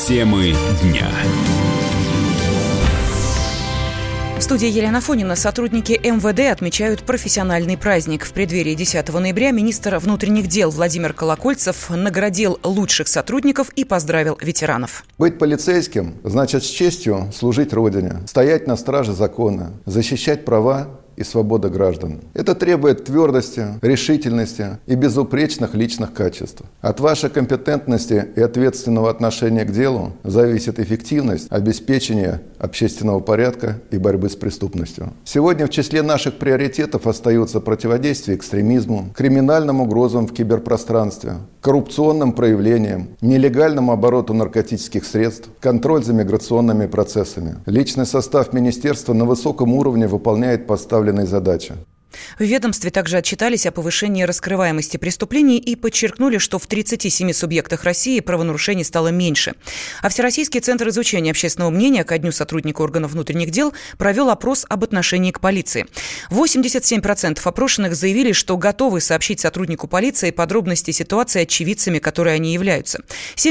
Темы дня. В студии Елена Афонина. Сотрудники МВД отмечают профессиональный праздник. В преддверии 10 ноября министр внутренних дел Владимир Колокольцев наградил лучших сотрудников и поздравил ветеранов. Быть полицейским значит с честью служить Родине, стоять на страже закона, защищать права и свободы граждан. Это требует твердости, решительности и безупречных личных качеств. От вашей компетентности и ответственного отношения к делу зависит эффективность обеспечения общественного порядка и борьбы с преступностью. Сегодня в числе наших приоритетов остаются противодействие экстремизму, криминальным угрозам в киберпространстве, коррупционным проявлениям, нелегальному обороту наркотических средств, контроль за миграционными процессами. Личный состав министерства на высоком уровне выполняет поставленные задачи. В ведомстве также отчитались о повышении раскрываемости преступлений и подчеркнули, что в 37 субъектах России правонарушений стало меньше. А Всероссийский центр изучения общественного мнения ко дню сотрудника органов внутренних дел провел опрос об отношении к полиции. 87% опрошенных заявили, что готовы сообщить сотруднику полиции подробности ситуации очевидцами, которые они являются.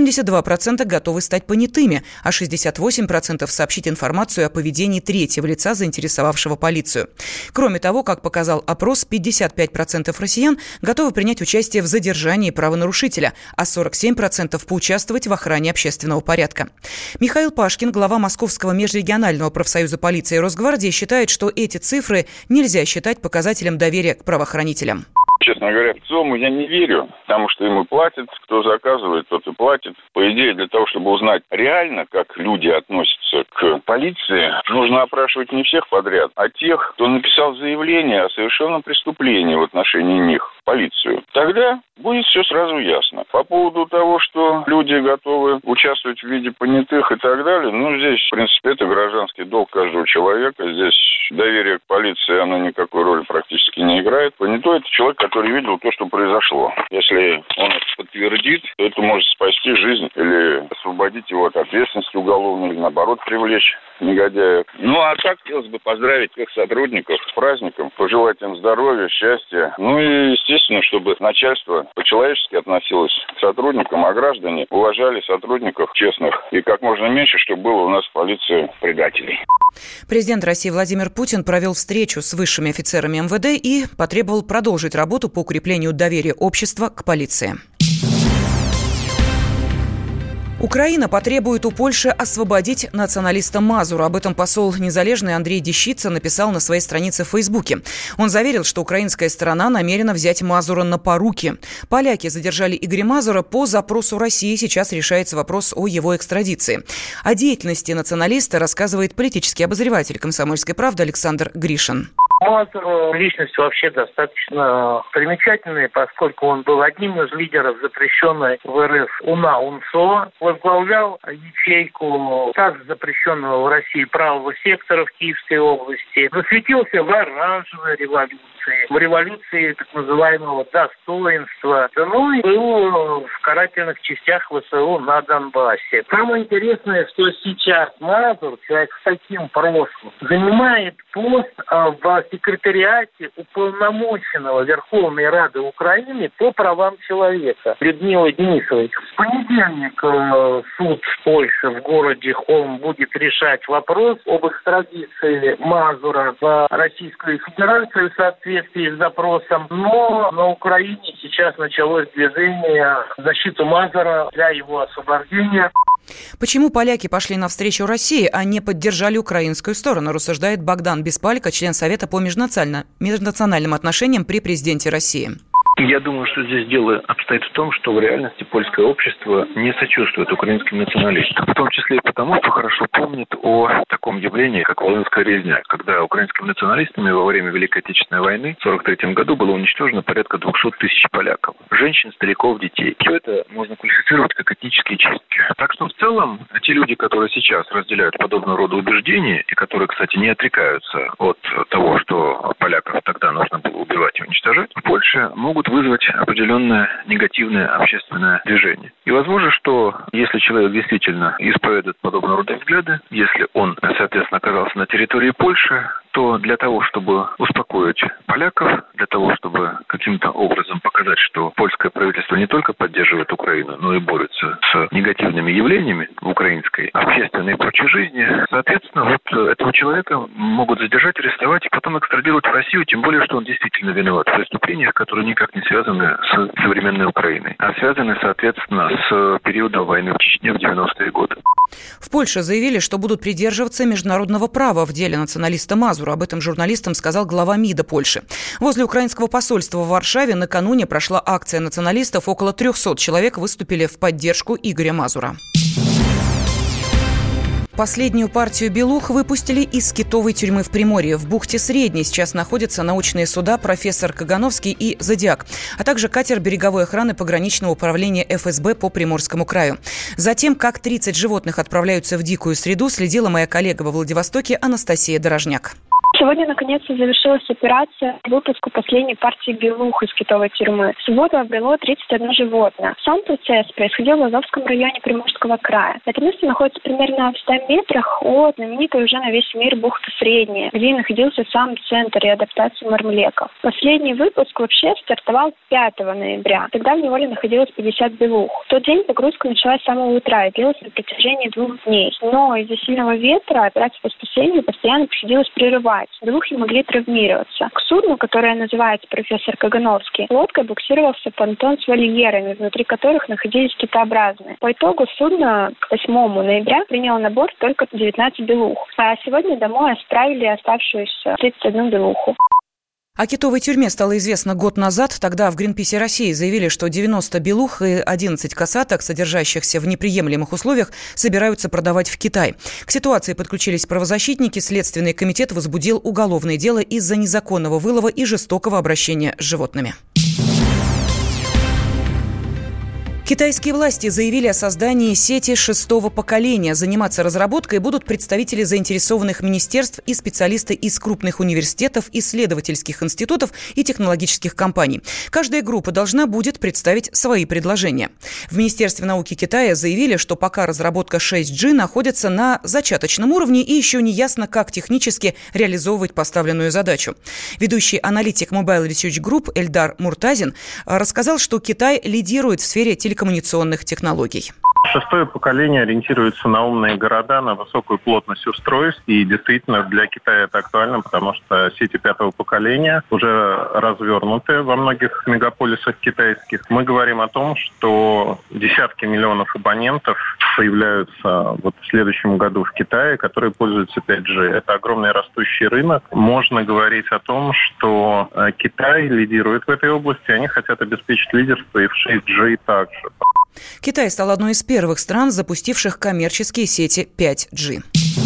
72% готовы стать понятыми, а 68% сообщить информацию о поведении третьего лица, заинтересовавшего полицию. Кроме того, как показал опрос, 55% россиян готовы принять участие в задержании правонарушителя, а 47% поучаствовать в охране общественного порядка. Михаил Пашкин, глава Московского межрегионального профсоюза полиции и Росгвардии, считает, что эти цифры нельзя считать показателем доверия к правоохранителям. Честно говоря, ЦИОМу я не верю, потому что ему платят, кто заказывает, тот и платит. По идее, для того, чтобы узнать реально, как люди относятся к полиции, нужно опрашивать не всех подряд, а тех, кто написал заявление о совершенном преступлении в отношении них в полицию. Тогда будет все сразу ясно. По поводу того, что люди готовы участвовать в виде понятых и так далее, здесь, в принципе, это гражданский долг каждого человека. Здесь доверие к полиции, оно никакой роли практически не играет. Понятой – это человек, который видел то, что произошло. Если он это подтвердит, то это может спасти жизнь или освободить его от ответственности уголовной, или наоборот привлечь негодяев. А так хотелось бы поздравить всех сотрудников с праздником, пожелать им здоровья, счастья. И, естественно, чтобы начальство по-человечески относилось к сотрудникам, а граждане уважали сотрудников честных. И как можно меньше, чтобы было у нас в полиции предателей. Президент России Владимир Путин провел встречу с высшими офицерами МВД и потребовал продолжить работу по укреплению доверия общества к полиции. Украина потребует у Польши освободить националиста Мазура. Об этом посол Незалежной Андрей Дещица написал на своей странице в Фейсбуке. Он заверил, что украинская сторона намерена взять Мазура на поруки. Поляки задержали Игоря Мазура по запросу России. Сейчас решается вопрос о его экстрадиции. О деятельности националиста рассказывает политический обозреватель «Комсомольской правды» Александр Гришин. Мазур личность вообще достаточно примечательная, поскольку он был одним из лидеров запрещенной в РФ УНА-УНСО, возглавлял ячейку также запрещенного в России правого сектора в Киевской области, засветился в оранжевой революции, в революции так называемого достоинства, и был в карательных частях ВСУ на Донбассе. Самое интересное, что сейчас Мазур, человек с таким прошлым, занимает пост в секретариате уполномоченного Верховной Рады Украины по правам человека Людмилы Денисовой. В понедельник суд Польши в городе Холм будет решать вопрос об экстрадиции Мазура в Российскую Федерацию в соответствии с запросом. Но на Украине сейчас началось движение в защиту Мазура для его освобождения. Почему поляки пошли навстречу России, а не поддержали украинскую сторону, рассуждает Богдан Беспалько, член Совета по межнациональным отношениям при президенте России. Я думаю, что здесь дело обстоит в том, что в реальности польское общество не сочувствует украинским националистам. В том числе и потому, что хорошо помнит о таком явлении, как Волынская резня, когда украинскими националистами во время Великой Отечественной войны в 1943 году было уничтожено порядка 200 тысяч поляков. Женщин, стариков, детей. Все это можно квалифицировать как этнические чистки. Так что в целом те люди, которые сейчас разделяют подобного рода убеждения, и которые, кстати, не отрекаются от того, что поляков тогда нужно было убивать и уничтожать, в Польше могут вызвать определенное негативное общественное движение. И возможно, что если человек действительно исповедует подобного рода взгляды, если он, соответственно, оказался на территории Польши, то для того, чтобы успокоить поляков, для того, чтобы каким-то образом показать показать, что польское правительство не только поддерживает Украину, но и борется с негативными явлениями в украинской общественной и прочей жизни. Соответственно, вот этого человека могут задержать, арестовать и потом экстрадировать в Россию, тем более, что он действительно виноват в преступлениях, которые никак не связаны с современной Украиной, а связаны, соответственно, с периодом войны в Чечне в 90-е годы. В Польше заявили, что будут придерживаться международного права в деле националиста Мазура. Об этом журналистам сказал глава МИДа Польши. Возле украинского посольства в Варшаве накануне прошла акция националистов. Около 300 человек выступили в поддержку Игоря Мазура. Последнюю партию белух выпустили из китовой тюрьмы в Приморье. В бухте Средней сейчас находятся научные суда «Профессор Кагановский» и «Зодиак», а также катер береговой охраны пограничного управления ФСБ по Приморскому краю. Затем, как 30 животных отправляются в дикую среду, следила моя коллега во Владивостоке Анастасия Дорожняк. Сегодня, наконец-то, завершилась операция по выпуску последней партии белух из китовой тюрьмы. В субботу обрело 31 животное. Сам процесс происходил в Азовском районе Приморского края. Это место находится примерно в 100 метрах от знаменитой уже на весь мир бухты Средняя, где находился сам центр реадаптации мармелеков. Последний выпуск вообще стартовал 5 ноября. Тогда в неволе находилось 50 белух. В тот день погрузка началась с самого утра и длилась на протяжении 2 дней. Но из-за сильного ветра операция по спасению постоянно приходилось прерывать. Белухи могли травмироваться. К судну, которое называется «Профессор Кагановский», лодкой буксировался понтон с вольерами, внутри которых находились китообразные. По итогу судно к 8 ноября приняло на борт только 19 белух. А сегодня домой отправили оставшуюся 31 белуху. О китовой тюрьме стало известно год назад. Тогда в Гринписе России заявили, что 90 белух и 11 касаток, содержащихся в неприемлемых условиях, собираются продавать в Китай. К ситуации подключились правозащитники. Следственный комитет возбудил уголовное дело из-за незаконного вылова и жестокого обращения с животными. Китайские власти заявили о создании сети 6-го поколения. Заниматься разработкой будут представители заинтересованных министерств и специалисты из крупных университетов, исследовательских институтов и технологических компаний. Каждая группа должна будет представить свои предложения. В Министерстве науки Китая заявили, что пока разработка 6G находится на зачаточном уровне и еще не ясно, как технически реализовывать поставленную задачу. Ведущий аналитик Mobile Research Group Эльдар Муртазин рассказал, что Китай лидирует в сфере телекоммуникационных технологий. 6-е поколение ориентируется на умные города, на высокую плотность устройств. И действительно для Китая это актуально, потому что сети 5-го поколения уже развернуты во многих мегаполисах китайских. Мы говорим о том, что десятки миллионов абонентов появляются в следующем году в Китае, которые пользуются 5G. Это огромный растущий рынок. Можно говорить о том, что Китай лидирует в этой области, они хотят обеспечить лидерство и в 6G также. Китай стал одной из первых стран, запустивших коммерческие сети 5G.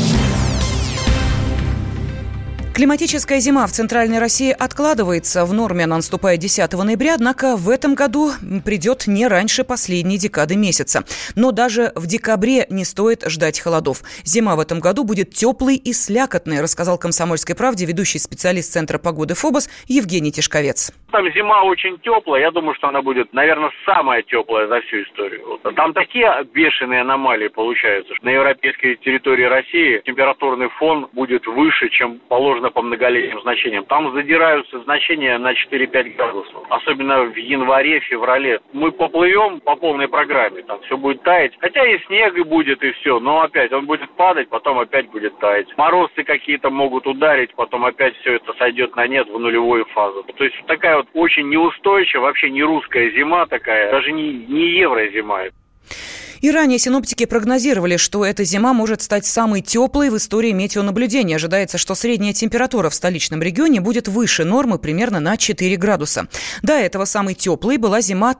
Климатическая зима в Центральной России откладывается. В норме она наступает 10 ноября, однако в этом году придет не раньше последней декады месяца. Но даже в декабре не стоит ждать холодов. Зима в этом году будет теплой и слякотной, рассказал «Комсомольской правде» ведущий специалист Центра погоды ФОБОС Евгений Тишковец. Там зима очень теплая. Я думаю, что она будет, наверное, самая теплая за всю историю. Там такие бешеные аномалии получаются, что на европейской территории России температурный фон будет выше, чем положено по многолетним значениям. Там задираются значения на 4-5 градусов. Особенно в январе, феврале. Мы поплывем по полной программе. Там все будет таять. Хотя и снег и будет, и все. Но опять он будет падать, потом опять будет таять. Морозы какие-то могут ударить, потом опять все это сойдет на нет в нулевую фазу. То есть такая вот очень неустойчивая, вообще не русская зима такая. Даже не еврозима. И ранее синоптики прогнозировали, что эта зима может стать самой теплой в истории метеонаблюдения. Ожидается, что средняя температура в столичном регионе будет выше нормы примерно на 4 градуса. До этого самой теплой была зима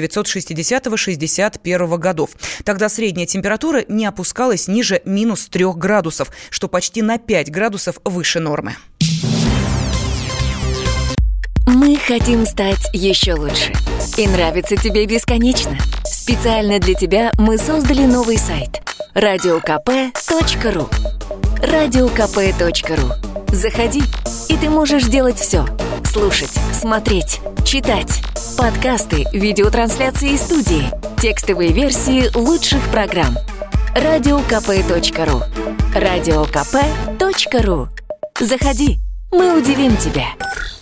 1960-61 годов. Тогда средняя температура не опускалась ниже минус 3 градусов, что почти на 5 градусов выше нормы. Мы хотим стать еще лучше. И нравится тебе бесконечно. Специально для тебя мы создали новый сайт radiokp.ru. radiokp.ru. Заходи, и ты можешь делать все. Слушать, смотреть, читать. Подкасты, видеотрансляции из студии, текстовые версии лучших программ. radiokp.ru. radiokp.ru. Заходи, мы удивим тебя.